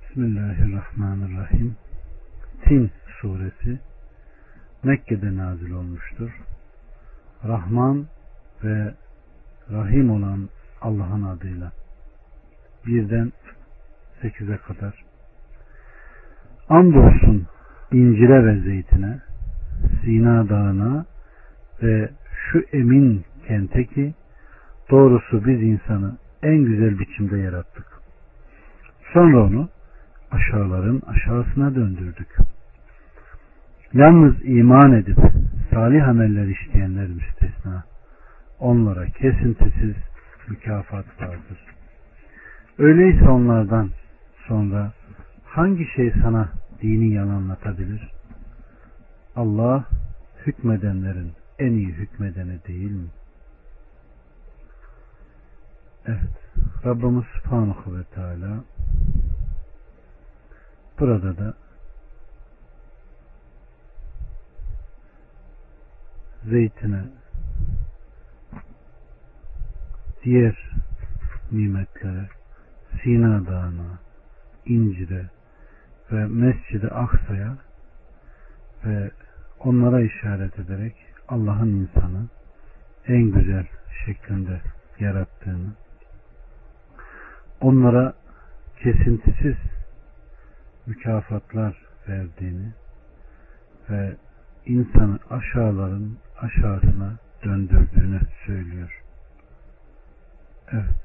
Bismillahirrahmanirrahim. Tin suresi Mekke'de nazil olmuştur. Rahman ve Rahim olan Allah'ın adıyla. 1'den 8'e kadar. Andolsun incire ve zeytine, Sina dağına ve şu emin kente ki doğrusu biz insanı en güzel biçimde yarattık. Sonra onu aşağıların aşağısına döndürdük. Yalnız iman edip salih ameller işleyenler müstesna. Onlara kesintisiz mükafat vardır. Öyleyse onlardan sonra hangi şey sana dini yalanlatabilir? Allah hükmedenlerin en iyi hükmedeni değil mi? Evet, Rabbimiz Subhanahu ve Teala burada da zeytine, diğer nimetlere, Sina Dağı'na, incire ve Mescid-i Aksa'ya ve onlara işaret ederek Allah'ın insanı en güzel şeklinde yarattığını, onlara kesintisiz mükafatlar verdiğini ve insanı aşağıların aşağısına döndürdüğünü söylüyor. Evet.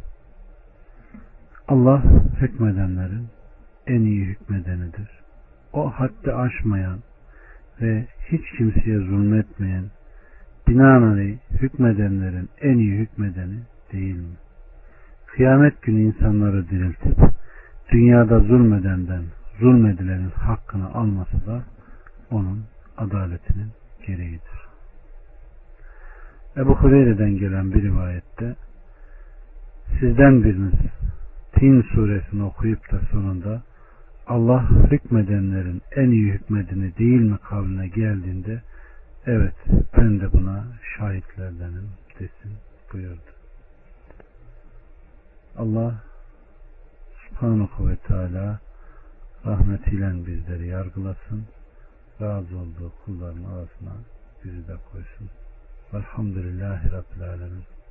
Allah hükmedenlerin en iyi hükmedenidir. O haddi aşmayan ve hiç kimseye zulmetmeyen, binaenaleyh hükmedenlerin en iyi hükmedeni değil mi? Kıyamet günü insanları diriltip dünyada zulmedenden zulmedilenin hakkını alması da onun adaletinin gereğidir. Ebu Hureyre'den gelen bir rivayette sizden biriniz Tin suresini okuyup da sonunda Allah hükmedenlerin en iyi hükmedeni değil mi kavline geldiğinde evet ben de buna şahitlerdenim desin buyurdu. Allah Subhanahu ve Teala rahmetiyle bizleri yargılasın, razı olduğu kulların arasına bizi de koysun. Velhamdülillahi Rabbil Alemin.